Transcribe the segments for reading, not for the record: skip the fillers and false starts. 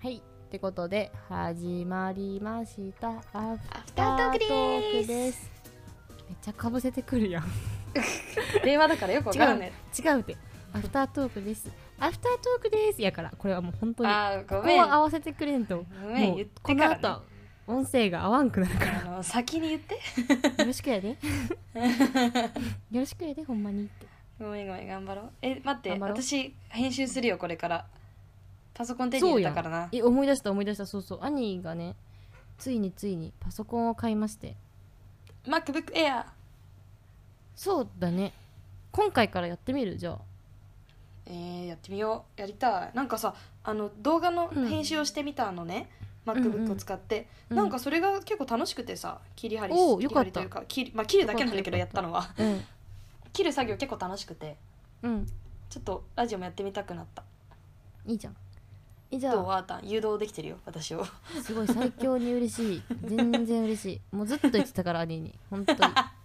はい、ってことで始まりましたアフフタートークです。めっちゃかぶせてくるやん電話だからよくわからんね。 違うってアフタートークですアフタートークですやから、これはもう本当にここごめんは合わせてくれんとごめんもう言ってからね、 この後音声が合わんくなるから先に言ってよろしくやでよろしくやでほんまにって。 ごめん頑張ろう。待って、 頑張ろう。 私編集するよこれから。パソコン手に入れたからな。 思い出したそうそう、兄がねついにパソコンを買いまして。 MacBook Air。 そうだね、今回からやってみる。じゃあやってみよう。やりたい。なんかさ、動画の編集をしてみたのね、MacBook を使って、なんかそれが結構楽しくてさ、切り張りというか切るだけなんだけど、やったのは切る作業結構楽しくて、ちょっとラジオもやってみたくなった。 いいじゃん。 どうアータン、誘導できてるよ私を。 すごい最強に嬉しい全然嬉しい。もうずっと言ってたから兄に本当に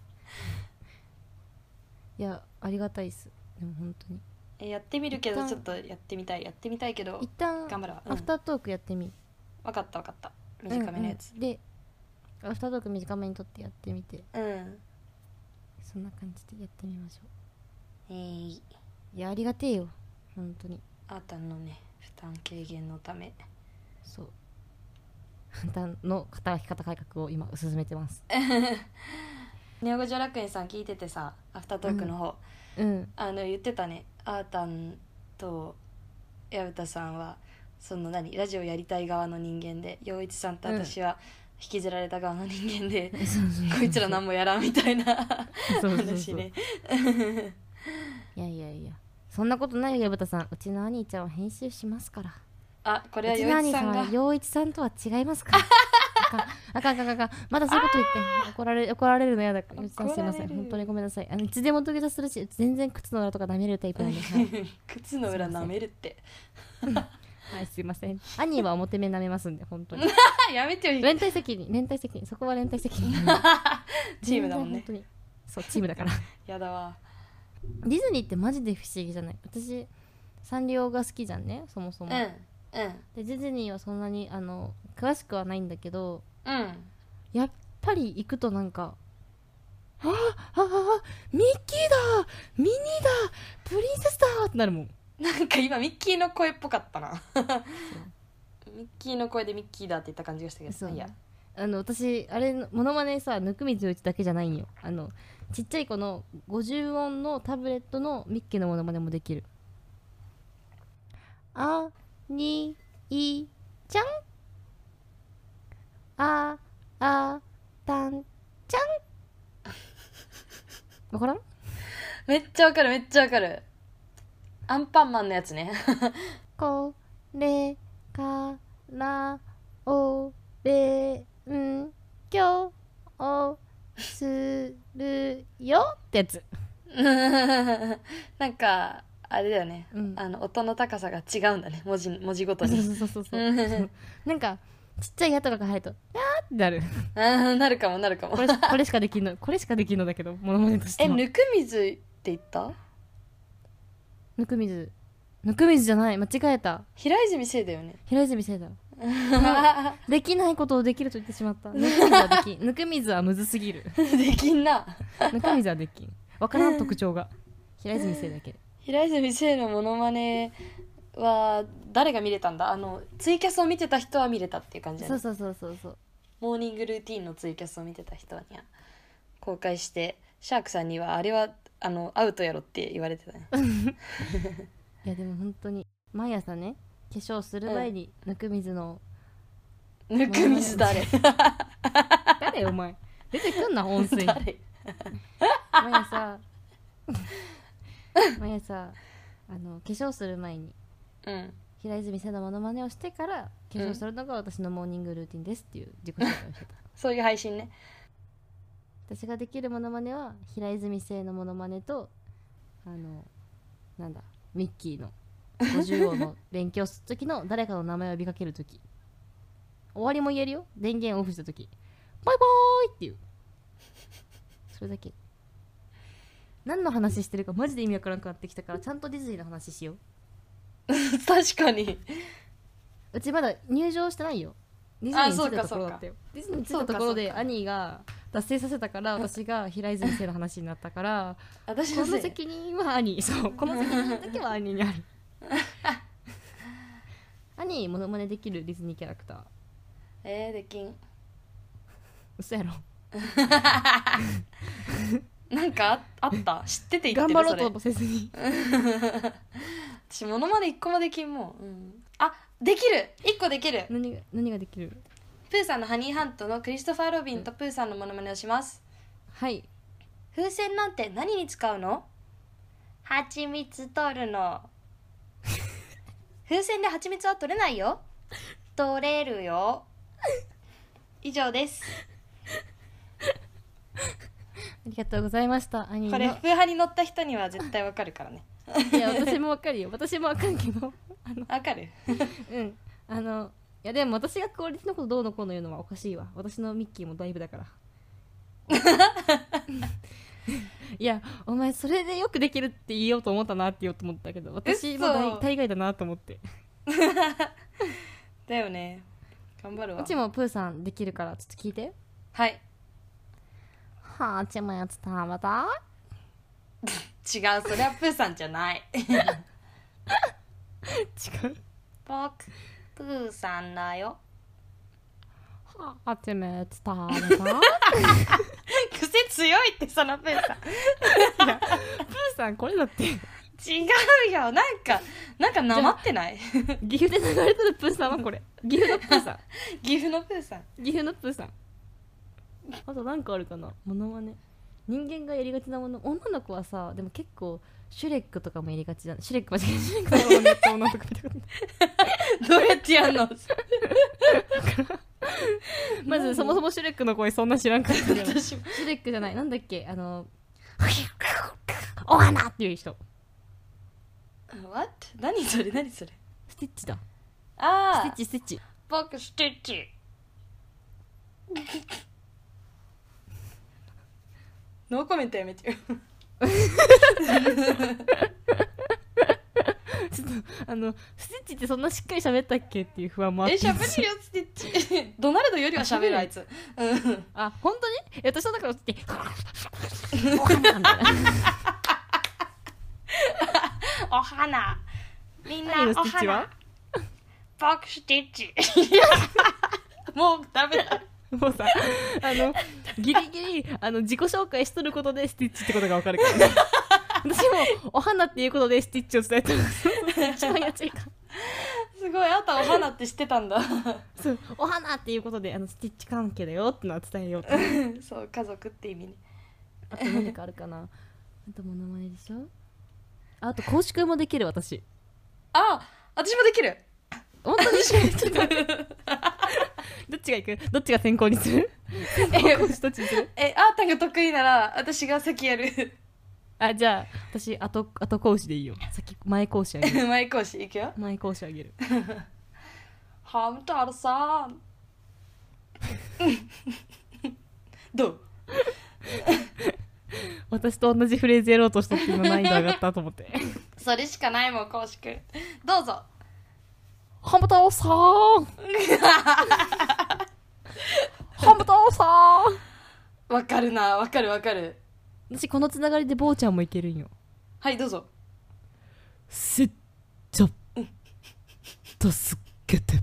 いやありがたいっす。でも本当にやってみるけど、ちょっとやってみたいけど一旦頑張るわ、 アフタートークやってみ。 分かった短めのやつ、 でアフタートーク短めにとってやってみて、そんな感じでやってみましょう。いやありがてえよ本当に。 あーたんのね負担軽減のため、 そう負担の働き方改革を今進めてますネオ五条楽園さん聞いててさ、アフタートークの方、言ってたね。あーたんと矢歌さんはそのラジオやりたい側の人間で、陽一さんと私は引きずられた側の人間で、こいつら何もやらんみたいな話ね。 いやそんなことないよ矢歌さん、うちの兄ちゃんは編集しますから。 これは陽一さんが。 陽一さんとは違いますからあかんまだそういうこと言って怒られるのやだから。陽一さんすいません本当にごめんなさい。いつでも土下座するし、全然靴の裏とか舐めるタイプなんで靴の裏舐めるってはいすいません。兄は表面舐めますんで本当にやめてよ。 連帯責任そこは連帯責任チームだもんね。 本当にそうチームだからやだわ。 ディズニーってマジで不思議じゃない？私サンリオが好きじゃんね、そもそも。でディズニーはそんなに詳しくはないんだけど、やっぱり行くとなんかミッキーだミニーだプリンセスだってなるもん。 なんか今ミッキーの声っぽかったなミッキーの声でミッキーだって言った感じがしたけど。そういや、 私あれモノマネさ、温水うちだけじゃないんよ。ちっちゃい子の50音のタブレットのミッキーのモノマネもできる。あにいちゃんあたんちゃんわからん？ めっちゃわかる。アンパンマンのやつねこれからお勉強をするよってやつなんかあれだよね、音の高さが違うんだね、文字ごとに。 そうなんかちっちゃい矢とかが入るとやーってなるなるかもこれしかできんのだけど、モノマネとしては。 ぬく水って言った？ ぬく水じゃない、間違えた。 平泉聖だよね。 平泉聖だできないことをできると言ってしまった。ぬく水はできんぬく水はむずすぎるできんなぬく水はできん。わからん特徴が平泉聖だけで。 平泉聖のモノマネは誰が見れたんだ？ツイキャスを見てた人は見れたっていう感じだね。 そうモーニングルーティーンのツイキャスを見てた人には公開して、シャークさんにはあれはアウトやろって言われてたねいやでも本当に毎朝ね、化粧する前にぬく水の、 ぬく水誰お前出てくんな温水毎朝化粧する前に、平泉聖のモノマネをしてから化粧するのが私のモーニングルーティンですっていう自己紹介をしてたそういう配信ね。 私ができるモノマネは平泉聖のモノマネとなんだミッキーの50音の勉強する時の誰かの名前を呼びかける時、終わりも言えるよ、電源オフした時バイバーイっていう、それだけ。何の話してるかマジで意味わからなくなってきたから、ちゃんとディズニーの話しよう。 確かにうちまだ入場してないよ。ディズニーに着いたところだったよ。ディズニーに着いたところで兄が達成させたから私が平泉成の話になったから私のこの責任は兄、そうこの責任だけは兄にある兄モノマネできるディズニーキャラクターできん。 嘘やろなんかあった知ってて言ってる。 頑張ろうともせずに私モノマネ1個もできんもん、あ、できる1個できる。 何ができる？ プーさんのハニーハントのクリストファー・ロビンとプーさんのモノマネをします。 はい。 風船なんて何に使うの？蜂蜜取るの風船で蜂蜜は取れないよ。取れるよ。以上です。 ありがとうございました。兄のこれ風派に乗った人には絶対わかるからね。 いや私もわかるよ。私もわかるけどわかるうんいやでも私がクオリティのことどうのこうの言うのはおかしいわ。私のミッキーもだいぶだからいやお前それでよくできるって言おうと思ったなって言おうと思ったけど私も大概だなと思ってだよね。頑張るわ。 うちもプーさんできるからちょっと聞いて。 はい。 はあちもやつ食べた違う、それはプーさんじゃない違う。 僕プーさんだよ。 はあちもやつ食べた癖強いってそのプーさんいやプーさんこれだって違うよ。なんかなまってない岐阜で流れてるプーさんはこれ。岐阜のプーさん岐阜のプーさん。 岐阜のプーさん。あとなんかあるかな、モノマネ。人間がやりがちなもの。女の子はさでも結構シュレックとかもやりがちだ。シュレック間違えシュレックのモノマネやった女の子見たことないどうやってやんのまずそもそもシュレックの声そんな知らんかったけど私シュレックじゃない、なんだっけお花っていう人。 What? 何それスティッチだ。 ああ、 スティッチ僕スティッチノーコメントやめてよちょっとスティッチってそんなしっかり喋ったっけっていう不安もあって喋るよスティッチドナルドよりは喋るあいつあ本当に私の中のってお花みたいなお花みんな何のおスティッチは花僕スティッチもうダメだもうさギリギリ自己紹介しとることでスティッチってことが分かるからね私もお花っていうことでスティッチを伝えたら一番やっちゃいかん。 すごい、あんたお花って知ってたんだそうお花っていうことでスティッチ関係だよってのは伝えようとそう家族って意味ね。 あと何かあるかな。あとモノマネでしょ。あと公式もできる私。 あ私もできる。 本当にちょっと待ってどっちが行く？どっちが先行にする？どっちにする？ あーたんが得意なら私が先やるあじゃあ私後講師でいいよ。先前講師あげる前講師いくよ。 前講師あげるハム太郎さんどう私と同じフレーズやろうとしたって今難易度上がったと思ってそれしかないもん公式どうぞ。 ハム太郎さんハム太郎さん。 わかるな、わかるわかる。 私このつながりで坊ちゃんもいけるんよ。 はいどうぞ。 せっちゃ助けて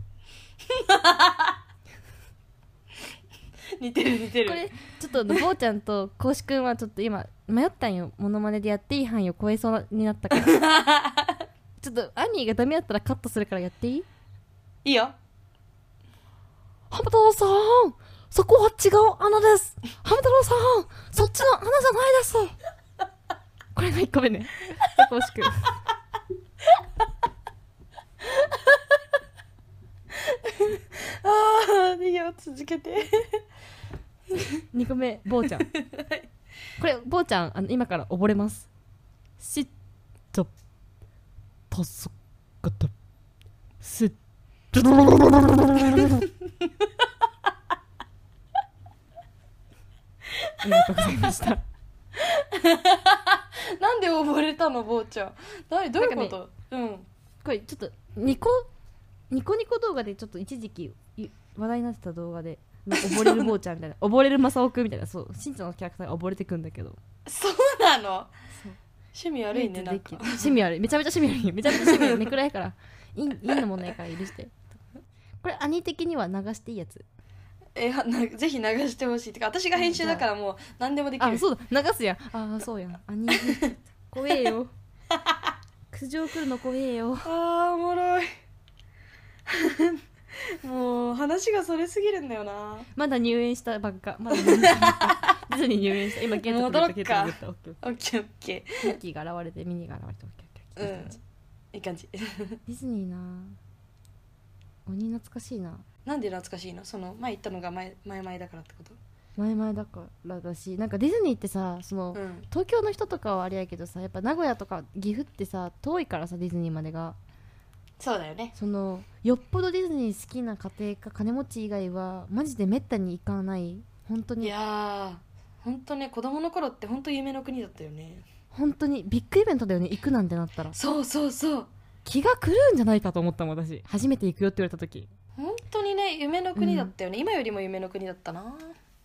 似てる似てる。 これちょっと坊ちゃんとこうしくんはちょっと今迷ったんよ。モノマネでやっていい範囲を超えそうになったからちょっとアニーがダメだったらカットするからやっていい？ いいよ。 ハム太郎さんそこは違う穴です。ハム太郎さんそっちの穴じゃないですこれが1個目ね。こうしくんいいよ続けて 2個目坊ちゃんこれ坊ちゃん今から溺れます。しっと助けてせっありがとうございましたなんで溺れたの坊ちゃん。どういうこと？ これちょっと2個ニコニコ動画でちょっと一時期話題になってた動画で溺れる坊ちゃんみたいな溺れる正雄くんみたいな、そうしんちゃんのキャラクターが溺れてくんだけど、 そうなの。 そう趣味悪いね。なんか趣味悪い、めちゃめちゃ趣味悪い、めちゃめちゃ趣味悪い、めくらいからいいのもないから許して。これ兄的には流していいやつ？ ぜひ流してほしいってか、私が編集だからもう何でもできる。 あ、そうだ、流すやん。あ、そうやん、兄怖えよ苦情来るの怖えよ。 おもろいもう話がそれすぎるんだよな。 まだ入園したばっか、まだ入園したばっかディズニー入園した、今ゲート戻ろっか。 オッケーオッケーオッケミッキーが現れてミニーが現れてオッケーオッケー、 いい感じディズニーな、鬼懐かしいな。 なんで懐かしいの？その前行ったのが前だからってこと？ 前々だからだし、なんかディズニーってさ、その、東京の人とかはあれやけどさ、やっぱ名古屋とか岐阜ってさ遠いからさ、ディズニーまでが。 そうだよね。 そのよっぽどディズニー好きな家庭か金持ち以外はマジでめったに行かない。本当に。 いやー本当ね、子供の頃って本当夢の国だったよね。 本当にビッグイベントだよね、行くなんてなったら。 そうそうそう、 気が狂うんじゃないかと思ったもん、私初めて行くよって言われた時。 本当にね、夢の国だったよね、今よりも夢の国だったな。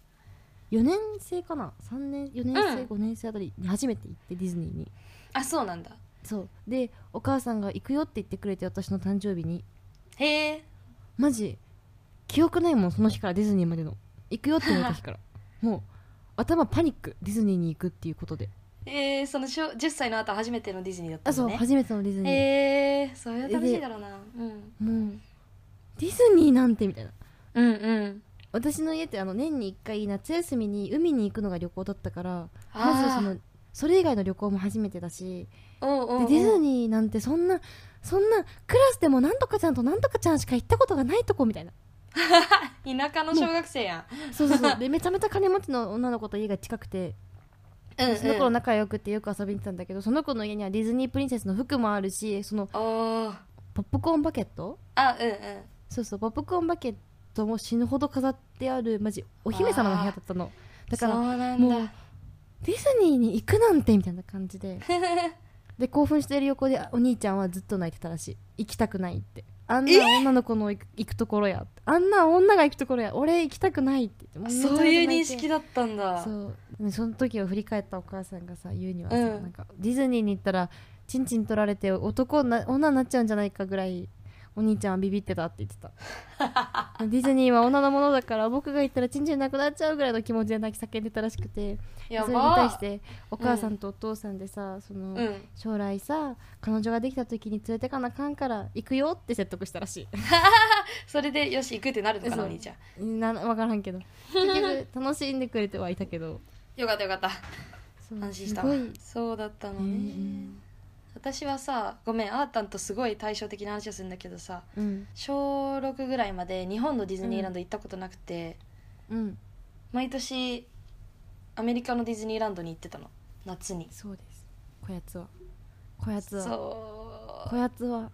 4年生かな、3年4年生、5年生あたりに初めて行って、ディズニーに。 あ、そうなんだ。 そうで、お母さんが行くよって言ってくれて、私の誕生日に。 へえ。 マジ記憶ないもん、その日からディズニーまでの。行くよって言われた日からもう頭パニック、ディズニーに行くっていうことで。 その10歳の後初めてのディズニーだったんだね。 あ、そう、初めてのディズニー。 それは楽しいだろうな。 もうディズニーなんてみたいな。私の家って年に1回夏休みに海に行くのが旅行だったから、まずそれ以外の旅行も初めてだし、でディズニーなんてそんなクラスでもなんとかちゃんとなんとかちゃんしか行ったことがないとこみたいな田舎の小学生やん。 そうでめちゃめちゃ金持ちの女の子と家が近くて、その頃仲良くてよく遊びに行ってたんだけど、その子の家にはディズニープリンセスの服もあるし、そのポップコーンバケット、そうポップコーンバケットも死ぬほど飾ってある、マジお姫様の部屋だったの。だからもうディズニーに行くなんてみたいな感じでで興奮してる横でお兄ちゃんはずっと泣いてたらしい。行きたくないって、あんな女の子の行くところやって、あんな女が行くところや、俺行きたくないって言って、 そういう認識だったんだ。 その時を振り返ったお母さんがさ言うにはさ、なんかディズニーに行ったらチンチン取られて女になっちゃうんじゃないかぐらいお兄ちゃんはビビってたって言ってたディズニーは女のものだから僕が行ったらチンチンなくなっちゃうぐらいの気持ちで泣き叫んでたらしくて、それに対してお母さんとお父さんでさ、将来さ彼女ができた時に連れてかなあかんから行くよって説得したらしいそれでよし行くってなるのかな、お兄ちゃん。 分からんけど結局楽しんでくれてはいたけどよかったよかった、安心したわ。そうだったのね。私はさ、ごめん、あーたんとすごい対照的な話をするんだけどさ、小6ぐらいまで日本のディズニーランド行ったことなくて、毎年アメリカのディズニーランドに行ってたの、夏に。 そうです。こやつは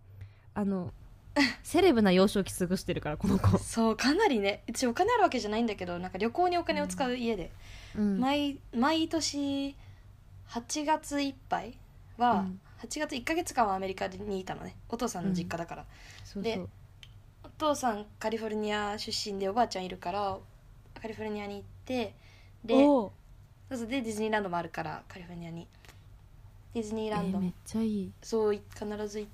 セレブな幼少期過ごしてるから、この子。 そう、かなりね、うちお金あるわけじゃないんだけど、なんか旅行にお金を使う家で、毎年8月いっぱいは、8月1ヶ月間はアメリカにいたのね、お父さんの実家だから。でお父さんカリフォルニア出身で、おばあちゃんいるからカリフォルニアに行って、でディズニーランドもあるからカリフォルニアにディズニーランド、 めっちゃいい。 そう必ず行って、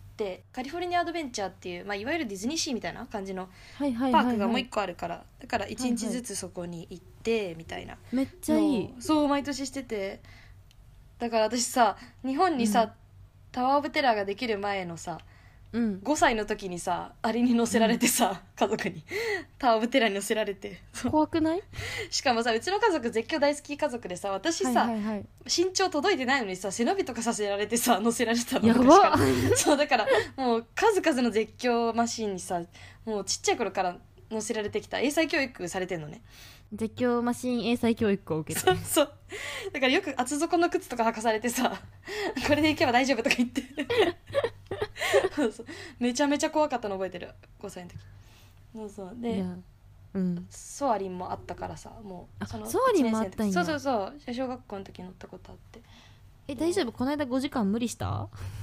カリフォルニアアドベンチャーっていう、いわゆるディズニーシーみたいな感じのパークがもう一個あるから、だから1日ずつそこに行ってみたいな、 めっちゃいい。 そう毎年してて、だから私さ、日本にさ、タワーオブテラーができる前のさ、5歳の時にさ、あれに乗せられてさ、家族にタワーオブテラーに乗せられて、 怖くない？ しかもさ、うちの家族絶叫大好き家族でさ、私さ、身長届いてないのにさ、背伸びとかさせられてさ、乗せられてたの。 やばそうだからもう数々の絶叫マシーンにさ、もうちっちゃい頃から乗せられてきた、英才教育されてんのね。絶叫マシン英才教育を受けて、 そうだからよく厚底の靴とか履かされてさこれで行けば大丈夫とか言ってそうめちゃめちゃ怖かったの覚えてる、5歳の時。そうで、ソアリンもあったからさ、もうソアリンもあったんや。 そう小学校の時乗ったことあって。 大丈夫？この間5時間無理した？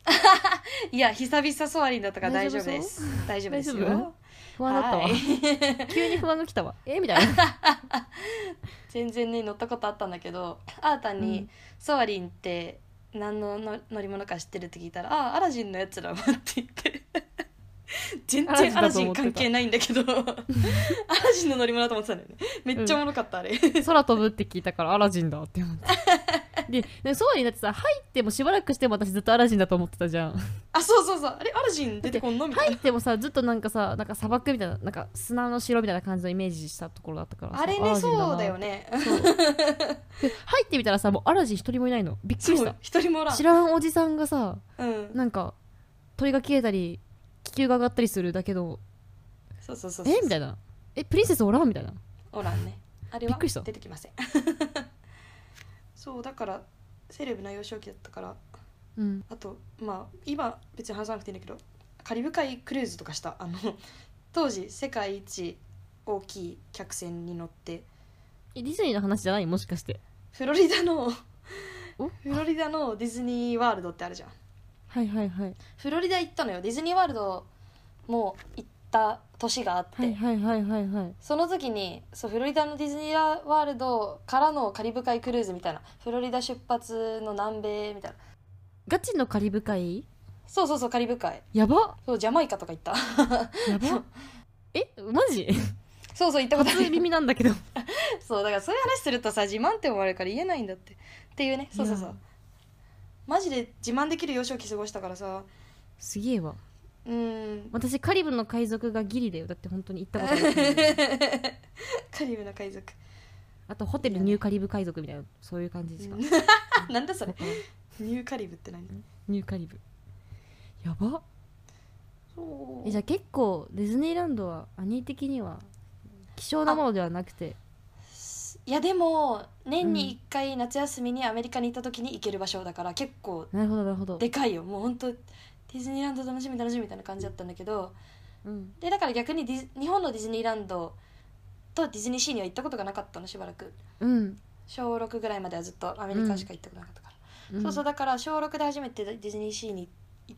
いや久々ソアリンだったから大丈夫です。大丈夫ですよ。 不安だったわ急に不安が来たわみたいな全然ね乗ったことあったんだけど、あーたんに、ソアリンって何の乗り物か知ってるって聞いたら、あアラジンのやつらはって言って全然アラジン関係ないんだけどアラジンの乗り物だと思ってたんだよね。めっちゃおもろかった、あれ空飛ぶって聞いたからアラジンだって思ってでそうになってさ、入ってもしばらくしても私ずっとアラジンだと思ってたじゃん。 あ、そうそうそう、あれアラジン出てこんのみたいな。 入ってもさずっとなんかさ、なんか砂漠みたいな、なんか砂の城みたいな感じのイメージしたところだったからさ、 あれね、そうだよね。そうで入ってみたらさ、もうアラジン一人もいないの。びっくりした。 一人もおらん。 知らんおじさんがさ、 うん、 なんか鳥が消えたり気球が上がったりするだけど、 そうそうそうみたいな、プリンセスおらんみたいな。 おらんね。あれは出てきませんそうだからセレブな幼少期だったから、 うん、 あとまあ今別に話さなくていいんだけど、カリブ海クルーズとかした。当時世界一大きい客船に乗って、 ディズニーの話じゃない？もしかしてフロリダのディズニーワールドってあるじゃん。 はいはいはい。 フロリダ行ったのよ。ディズニーワールドも行った年があって、 はいはいはいはいはい。 その時にフロリダのディズニーワールドからのカリブ海クルーズみたいな、フロリダ出発の南米みたいな。 ガチのカリブ海？ そうそうそう、カリブ海。 やば。 そう、ジャマイカとか行ったやばマジ？ そうそう、行ったことある。 初耳なんだけどそうだからそういう話するとさ、自慢って思われるから言えないんだっていうね。そうそうそう、マジで自慢できる幼少期過ごしたからさ。 すげえわ。 私カリブの海賊がギリだよ。だって本当に行ったことあるカリブの海賊、 あとホテルニューカリブ海賊みたいな、そういう感じしかなんだそれニューカリブって何？ ニューカリブやば。 そうじゃあ結構ディズニーランドは兄的には希少なものではなくて、 いやでも年に1回夏休みにアメリカに行った時に行ける場所だから結構なるほどなるほど、 でかいよ。もうほんとディズニーランド楽しみ楽しみみたいな感じだったんだけど、でだから逆に日本のディズニーランドとディズニーシーには行ったことがなかったの、しばらく。小6ぐらいまではずっとアメリカしか行ったことなかったから、そうそう、だから小6で初めてディズニーシーに行って、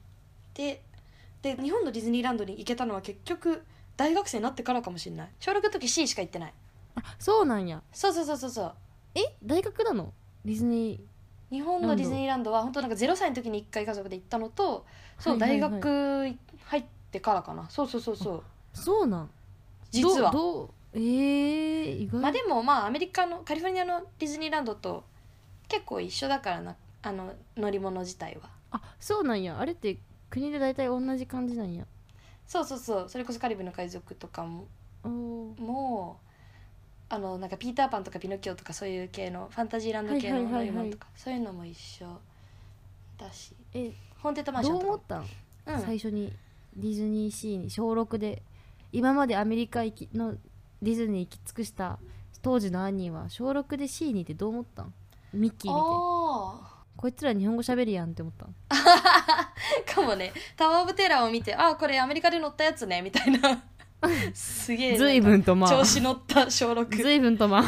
で日本のディズニーランドに行けたのは結局大学生になってからかもしれない。小6の時 C しか行ってない。 あ、そうなんや。 そうそうそうそうそう。 大学なの？ディズニー日本のディズニーランドは本当なんか0歳の時に1回家族で行ったのと、そう、大学入ってからかな。そうそうそうそう。 そうなん。 実は意外。 でもアメリカのカリフォルニアのディズニーランドと結構一緒だからな、乗り物自体は。 あ、そうなんや。あれって国で大体同じ感じなんや。 そうそうそう。それこそカリブの海賊とかもなんかピーターパンとかピノキオとかそういう系のファンタジーランド系の乗り物とか、そういうのも一緒だし、ホーンテッドマンションとか。どう思ったん？ 最初にディズニーシーに小6で、今までアメリカのディズニー行き尽くした当時の兄は小6で C にいてどう思ったん？ミッキー見てこいつら日本語喋るやんって思ったんかもね。タワーオブテラーを見て、これアメリカで乗ったやつねみたいなすげえ随分と調子乗った小6。 随分と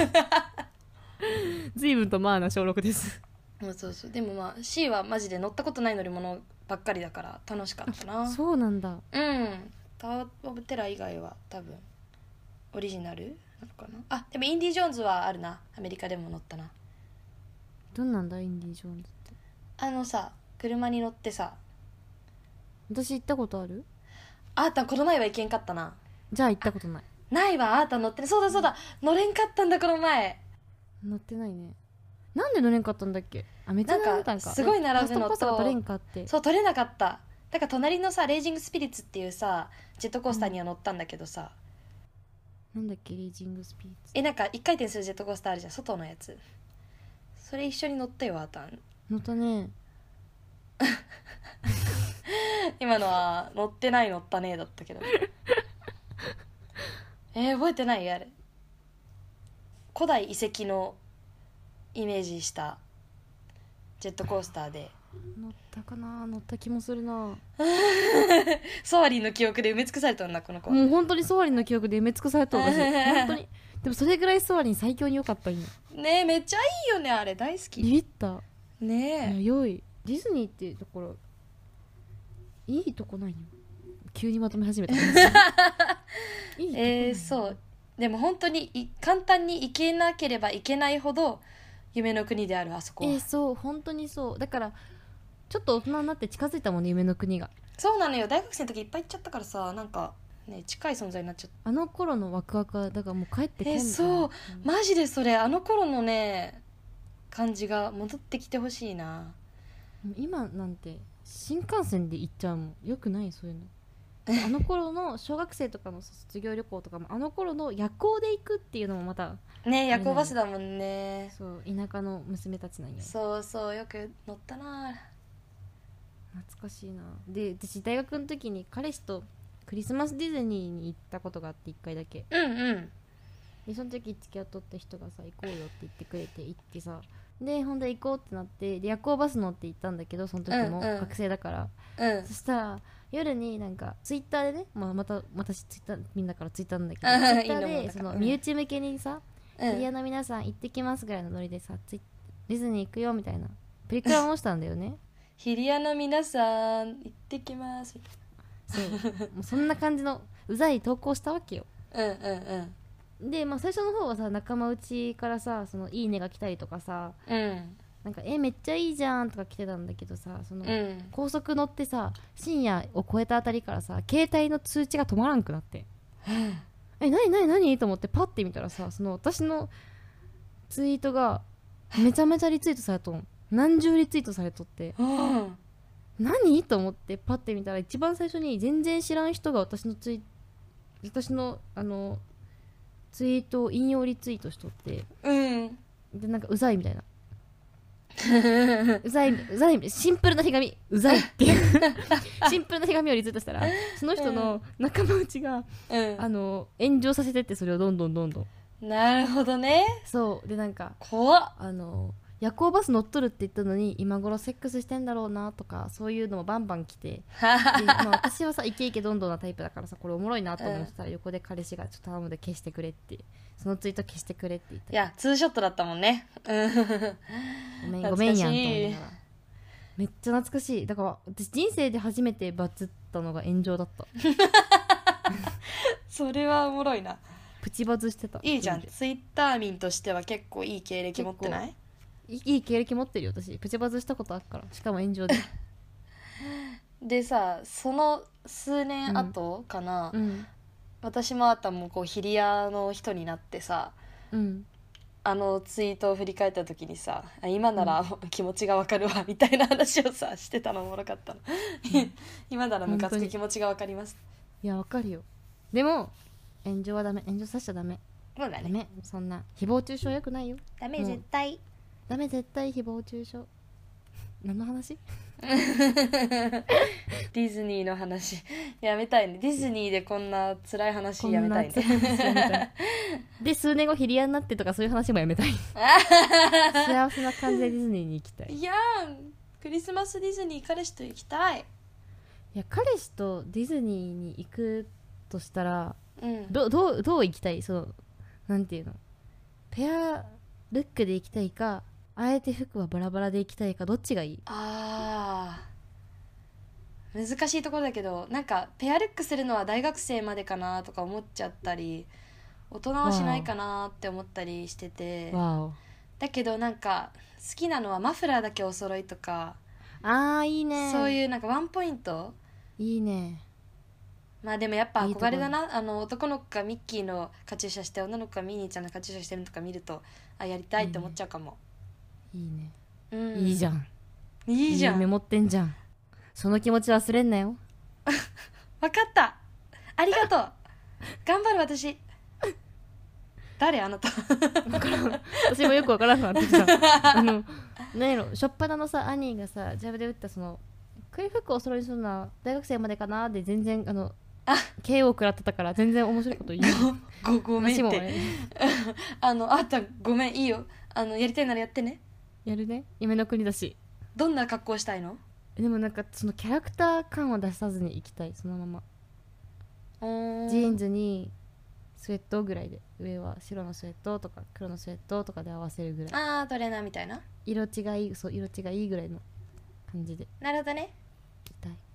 随分とな小6です。 そうそう。でもC はマジで乗ったことない乗り物ばっかりだから楽しかったな。 そうなんだ。 タワーオブテラー以外は多分オリジナルなのかな。でもインディ・ジョーンズはあるな。アメリカでも乗ったな。 どんなんだインディ・ジョーンズって？ さ、車に乗ってさ。 私行ったことある？ あーたんこの前は行けんかったな。 じゃあ行ったことない。 ないわ。あーたん乗ってね。そうだそうだ、乗れんかったんだこの前。 乗ってないね。なんで乗れんかったんだっけ？めっちゃ並んでたんか。 すごい並ぶのとファストパスが取れんかって。 そう、取れなかった。だから隣のさレイジングスピリッツっていうさジェットコースターには乗ったんだけどさ、 なんだっけレイジングスピリッツ。 なんか1回転するジェットコースターあるじゃん、外のやつ。それ一緒に乗ったよ。あーたん乗ったね今のは乗ってない乗ったねだったけど覚えてない？あれ古代遺跡のイメージしたジェットコースターで乗ったかな。乗った気もするなソアリンの記憶で埋め尽くされたんだこの子。 もう本当にソアリンの記憶で埋め尽くされた私本当に。でもそれぐらいソアリン最強に良かったんよね。めっちゃいいよねあれ。大好き。 ビビったね。 良い。ディズニーっていうところいいとこないよ。急にまとめ始めたいいとこない。 そうでも本当に簡単に行けなければいけないほど夢の国である、あそこは。 そう本当にそう。だからちょっと大人になって近づいたもんね、夢の国が。 そうなのよ、大学生の時いっぱい行っちゃったからさ、なんかね近い存在になっちゃった。 あの頃のワクワクはだからもう帰ってこんの。 そう、マジでそれ、あの頃のね感じが戻ってきてほしいな。 今なんて新幹線で行っちゃうもん。よくないそういうの。あの頃の小学生とかの卒業旅行とかもあの頃の夜行で行くっていうのもまたね、夜行バスだもんね。 そう田舎の娘たちなんよ。 そうそう、よく乗ったな。 懐かしいな。で私大学の時に彼氏とクリスマスディズニーに行ったことがあって1回だけ。でその時付き合っとった人がさ行こうよって言ってくれて行ってさ、でほんで行こうってなってで夜行バス乗って行ったんだけど、その時も学生だから、そしたら夜になんかツイッターでね、また私ツイッターみんなからツイッターなんだけどツイッターでその身内向けにさ、キリアの皆さん行ってきますぐらいのノリでさディズニー行くよみたいなプリクラをしたんだよね。 ヒリアの皆さん行ってきますそうもうそんな感じのうざい投稿したわけよ。で、最初の方はさ仲間内からさそのいいねが来たりとかさ、なんかめっちゃいいじゃんとか来てたんだけどさ、その、高速乗ってさ深夜を超えたあたりからさ携帯の通知が止まらんくなって、何と思ってパッて見たらさ、その私のツイートがめちゃめちゃリツイートされとん、何十リツイートされとって、何と思ってパッて見たら一番最初に全然知らん人が私のツイートを引用リツイートしとって、でなんかうざいみたいなうざいシンプルな手紙うざいっていうシンプルな手紙をリツイートしたらその人の仲間内が、炎上させてって、それをどんどんなるほどね。 そうでなんか怖っ。 夜行バス乗っとるって言ったのに今頃セックスしてんだろうなとかそういうのもバンバン来てで、私はさイケイケどんどんなタイプだからさこれおもろいなと思ってたら、横で彼氏がちょっと頼むで消してくれってそのツイート消してくれって言った。 いやツーショットだったもんね。 ごめんやんと思いながらめっちゃ懐かしい。だから私人生で初めてバズったのが炎上だったそれはおもろいな。 プチバズしてた。 いいじゃん、ツイッター民としては結構いい経歴持ってない？ いい経歴持ってるよ私。プチバズしたことあるから、しかも炎上ででさ、その数年後かな、私もあったもこうヒリアの人になってさ、あのツイートを振り返った時にさ、今なら気持ちがわかるわみたいな話をさしてたのおもろかったの今ならムカつく気持ちがわかります。 いやわかるよ。でも炎上はダメ、炎上させちゃダメ。 そうだね、 ダメ、そんな誹謗中傷よくないよ。 ダメ、絶対ダメ、絶対誹謗中傷。何の話ディズニーの話やめたいね。ディズニーでこんな辛い話やめたいねで数年後ヒリアになってとかそういう話もやめたい幸せな感じでディズニーに行きたい。 いやクリスマスディズニー彼氏と行きたい。 いや彼氏とディズニーに行くとしたら、どう行きたい？そのなんていうの、ペアルックで行きたいか、あえて服はバラバラで行きたいか、どっちがいい？ 難しいところだけど、なんかペアルックするのは大学生までかなとか思っちゃったり、大人はしないかなって思ったりしてて、だけどなんか好きなのはマフラーだけお揃いとか、 いいね、 そういうなんかワンポイントいいね。 でもやっぱ憧れだな。男の子がミッキーのカチューシャして女の子がミニーちゃんのカチューシャしてるのとか見るとやりたいって思っちゃうかも。 いいね、いいじゃん、 いいじゃん、 夢持ってんじゃん。その気持ち忘れんなよ分かった、ありがとう頑張る私誰あなた私もよく分からんくなってきた何やろ、しょっぱなのさ兄がさジャブで打ったそのクイ服をお揃いにするのは大学生までかなで全然KO 食らってたから全然面白いこと言うごめんってあったごめん、いいよ、やりたいならやってね。 やるね、夢の国だし。 どんな格好したいの？ でもなんかそのキャラクター感を出さずに行きたい、そのままジーンズにスウェットぐらいで、上は白のスウェットとか黒のスウェットとかで合わせるぐらい、 トレーナーみたいな色違い、そう色違いぐらいの感じで。 なるほどね。 行きたい。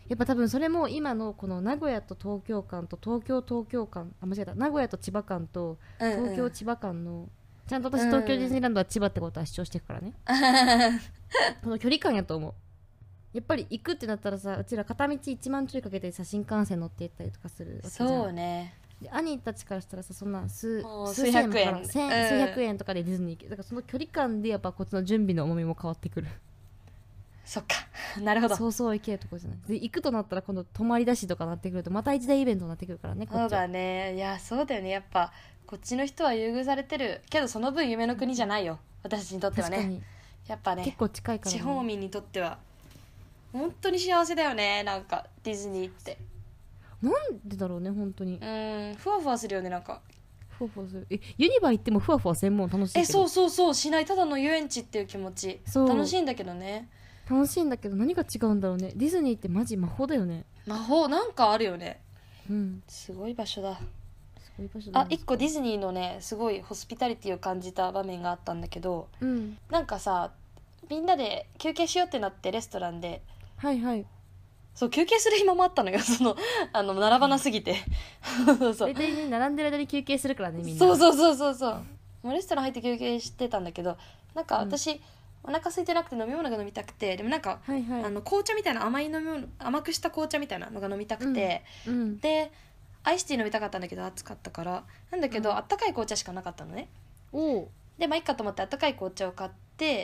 やっぱ多分それも今のこの名古屋と東京間と東京間、あ、間違えた、名古屋と千葉間と東京千葉間の、ちゃんと私東京ディズニーランドは千葉ってことは主張していくからね、この距離感やと思う。やっぱり行くってなったらさ、うちら片道1万ちょいかけてさ新幹線乗って行ったりとかするわけじゃん。 そうね。 で兄たちからしたらさ、そんな数数千百円から数百円とかでディズニー行ける。だからその距離感でやっぱこっちの準備の重みも変わってくる。 そっかなるほど。 そうそう行けるとこじゃない。で行くとなったら今度泊まり出しとかなってくるとまた一大イベントになってくるからね。こっちそうだね。いやそうだよね。やっぱこっちの人は優遇されてるけど、その分夢の国じゃないよ、私たちにとってはね。やっぱね結構近いから、ね、 地方民にとっては本当に幸せだよね。なんかディズニーってなんでだろうね本当に。 ふわふわするよね。なんかふわふわする。ユニバ行ってもふわふわ専門楽しいけど。 そうしない。ただの遊園地っていう気持ち。楽しいんだけどね。 楽しいんだけど何が違うんだろうね。ディズニーってマジ魔法だよね。 魔法なんかあるよね。 すごい場所だ。 すごい場所だ。 一個ディズニーのねすごいホスピタリティを感じた場面があったんだけど、なんかさみんなで休憩しようってなってレストランで、そう休憩する暇もあったのよ。その並ばなすぎて大体ね並んでる間に休憩するからねみんな。 そうもうレストラン入って休憩してたんだけど、なんか私、お腹空いてなくて飲み物が飲みたくて、でもなんか、紅茶みたいな甘い飲み物、甘くした紅茶みたいなのが飲みたくて、でアイスティー飲みたかったんだけど暑かったからなんだけど、あったかい紅茶しかなかったのね。でまあいいかと思ってあったかい紅茶を買って、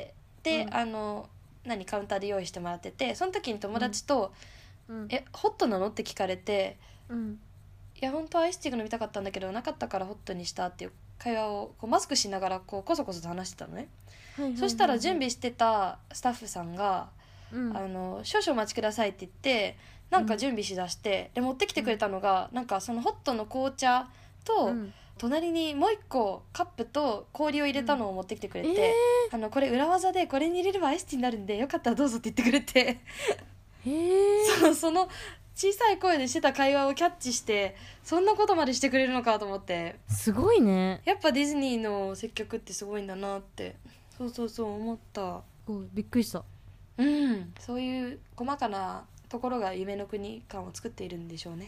で、カウンターで用意してもらってて、その時に友達と、ホットなのって聞かれて、いや本当はアイスティーが飲みたかったんだけどなかったからホットにしたっていう会話をこうマスクしながらこそこそと話してたのね。そしたら準備してたスタッフさんが、少々お待ちくださいって言ってなんか準備しだして、で持ってきてくれたのが、なんかそのホットの紅茶と、隣にもう一個カップと氷を入れたのを持ってきてくれて、これ裏技でこれに入れればアイスティーになるんでよかったらどうぞって言ってくれてその小さい声でしてた会話をキャッチしてそんなことまでしてくれるのかと思って、 すごいね。 やっぱディズニーの接客ってすごいんだなって、そう思った。 びっくりした。 そういう細かなところが夢の国感を作っているんでしょうね。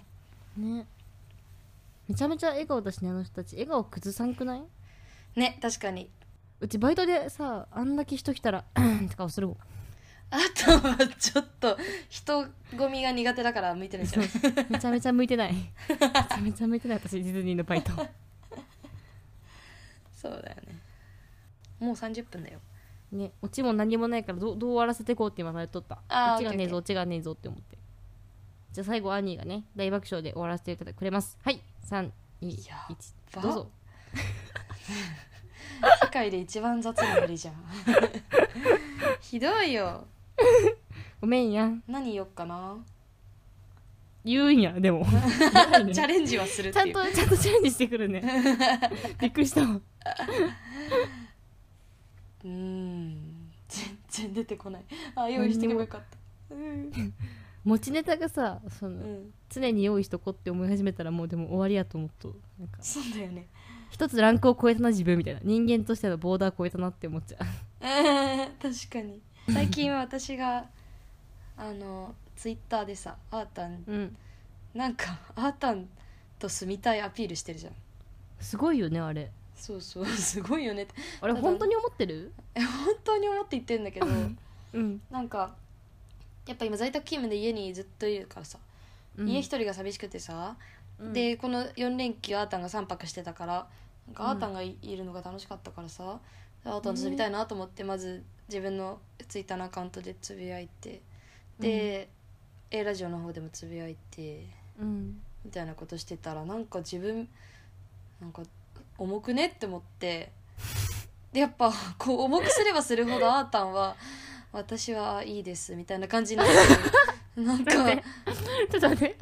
めちゃめちゃ笑顔だしね、あの人たち。笑顔崩さんくないね。確かにうちバイトでさ、あんだけ人来たらって顔するもん。 あとはちょっと人混みが苦手だから向いてないじゃんめちゃめちゃ向いてないめちゃめちゃ向いてない私ディズニーのバイトそうだよね。もう30分だよね。オチも何もないからどう終わらせていこうって今迷っとった。オチがねえぞオチがねえぞって思って。じゃあ最後アニーがね大爆笑で終わらせていただくれます。はい、3、2、1どうぞ世界で一番雑なノリじゃんひどいよごめんや。 何言おっかな。 言うんやでもチャレンジはするっていう。 ちゃんとチャレンジしてくるねびっくりしたわ全然出てこない。用意してけばよかった。 持ちネタがさ常に用意しとこって思い始めたらもうでも終わりやと思っと。なんかそうだよね。 一つランクを超えたな自分みたいな、人間としてのボーダー超えたなって思っちゃう確かに。最近は私がツイッターでさあーたん、なんかあーたんと住みたいアピールしてるじゃん。 すごいよねあれ。 そうすごいよねって。 あれ本当に思ってる？ 本当に思って言ってるんだけどなんかやっぱ今在宅勤務で家にずっといるからさ、家一人が寂しくてさ、でこの4連休あーたんが3泊してたから、なんかあーたんがいるのが楽しかったからさ、あーたんと住みたいなと思ってまず自分のツイッターのアカウントでつぶやいて、で、A ラジオの方でもつぶやいて、みたいなことしてたらなんか自分なんか重くねって思って、でやっぱこう重くすればするほどあーたんは私はいいですみたいな感じになってなんかちょっと待って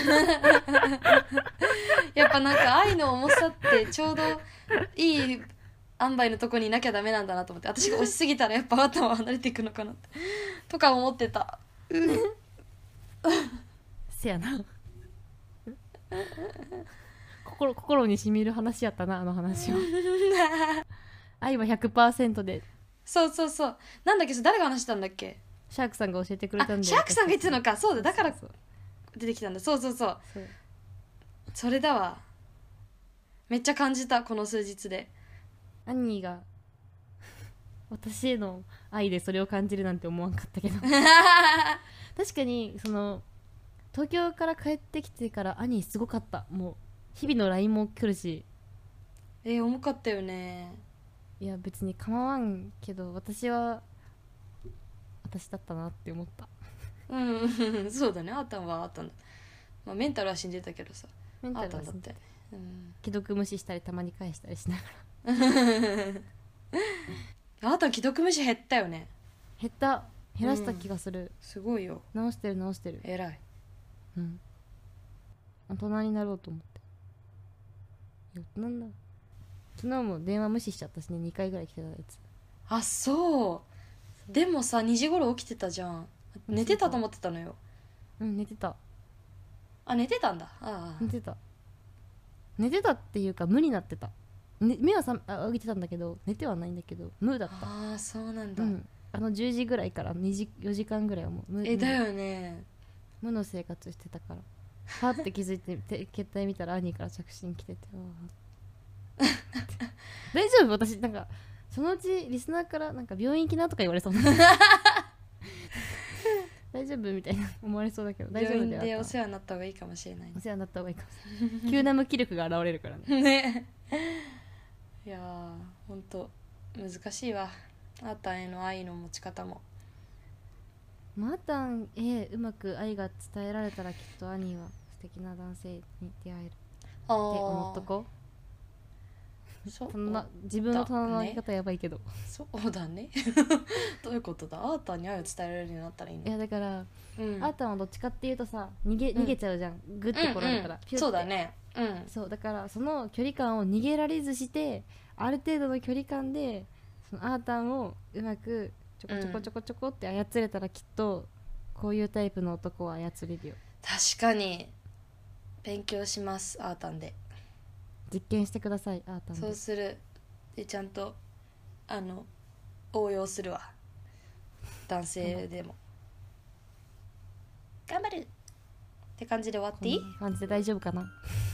やっぱなんか愛の重さってちょうどいい塩梅のとこにいなきゃダメなんだなと思って、私が押しすぎたらやっぱあーたんは離れていくのかなってとか思ってたせやな心にしみる話やったなあの話は愛は 100% で。 そうなんだっけ、誰が話したんだっけ。 シャークさんが教えてくれたんで。 シャークさんが言ってたのか。そうだから出てきたんだ。そうそうそう、 そうそれだわ。めっちゃ感じたこの数日で。 兄が私への愛でそれを感じるなんて思わんかったけど確かにその東京から帰ってきてから兄すごかった。もう日々の LINE も来るし。 重かったよね。 いや別に構わんけど私は私だったなって思った。 うんそうだね。あーたんはあーたんだ、まあ、メンタルは死んでたけどさ、 メンタルはあーたんだったよね。 既読無視したりたまに返したりしながあーたん既読無視減ったよね。 ら減らした気がする、 すごいよ。 直してる偉い。 大人になろうと思って。いや大人だ。昨日も電話無視しちゃったしね、2回ぐらい来てたやつ。 あ、そうでもさ2時頃起きてたじゃん。寝てたと思ってたのよ。 寝てた。 寝てたんだ。 寝てたっていうか無になってた、目は上げてたんだけど寝てはないんだけど無だった。 そうなんだ。 10時ぐらいから4時間ぐらいはもう無だよね。 無の生活してたから、はって気づいて携帯見たら兄から着信来てて大丈夫？私なんかそのうちリスナーからなんか病院行きなとか言われそうな大丈夫みたいな思われそうだけど大丈夫だよ。 病院でお世話になった方がいいかもしれない、ね、 お世話になった方がいいかもしれない急な無気力が現れるからねね。いやーほんと難しいわ。あーたんへの愛の持ち方も。 あーたんへうまく愛が伝えられたらきっと兄は素敵な男性に出会えるって思っとこう。自分の棚の上げ方やばいけど、 そうだねどういうことだ。あーたんに愛を伝えられるようになったらいいの。 いやだから、あーたんはどっちかっていうとさ逃げちゃうじゃん、グッて来られたら、ピュッて。 そうだね。 そうだからその距離感を逃げられずしてある程度の距離感でそのあーたんをうまくちょこちょこって操れたらきっとこういうタイプの男は操れるよ。 確かに勉強します。あーたんで実験してください。あーたんでそうする。でちゃんと応用するわ。男性でも頑張るって感じで終わっていい？ こんな感じで大丈夫かな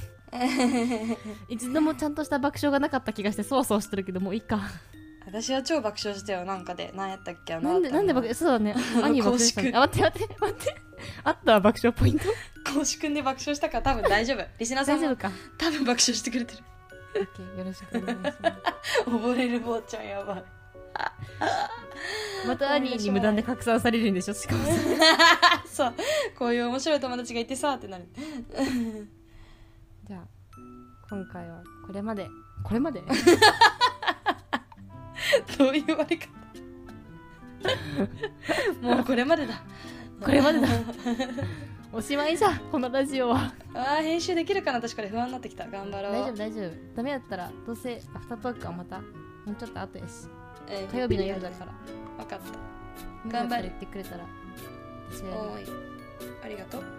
一度もちゃんとした爆笑がなかった気がしてそわそわしてるけどもういいか。 私は超爆笑したよ。なんかで何やったっけ。 なんで爆笑。そうだね兄爆笑したね。待ってあったわ爆笑ポイント。 公式くんで爆笑したから多分大丈夫。リスナーさんも大丈夫か。 多分爆笑してくれてる。 オッケーよろしくお願いします溺れる坊ちゃんやばいまた兄に無断で拡散されるんでしょ。しかもそうこういう面白い友達がいてさってなるじゃあ今回はこれまでどういう終わり方もうこれまでだおしまいじゃこのラジオは。 編集できるかな。確かに不安になってきた。頑張ろう。 大丈夫ダメだったらどうせアフタートークはまたもうちょっと後やし、火曜日の夜だから分かった。 頑張る。言ってくれたら私はおいありがとう。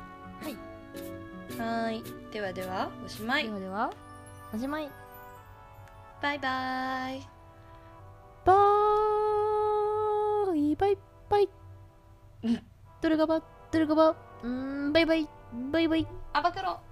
はい。 ではではおしまい。 ではおしまい。 バイバイ。 バイドルガババイバイアバクロ。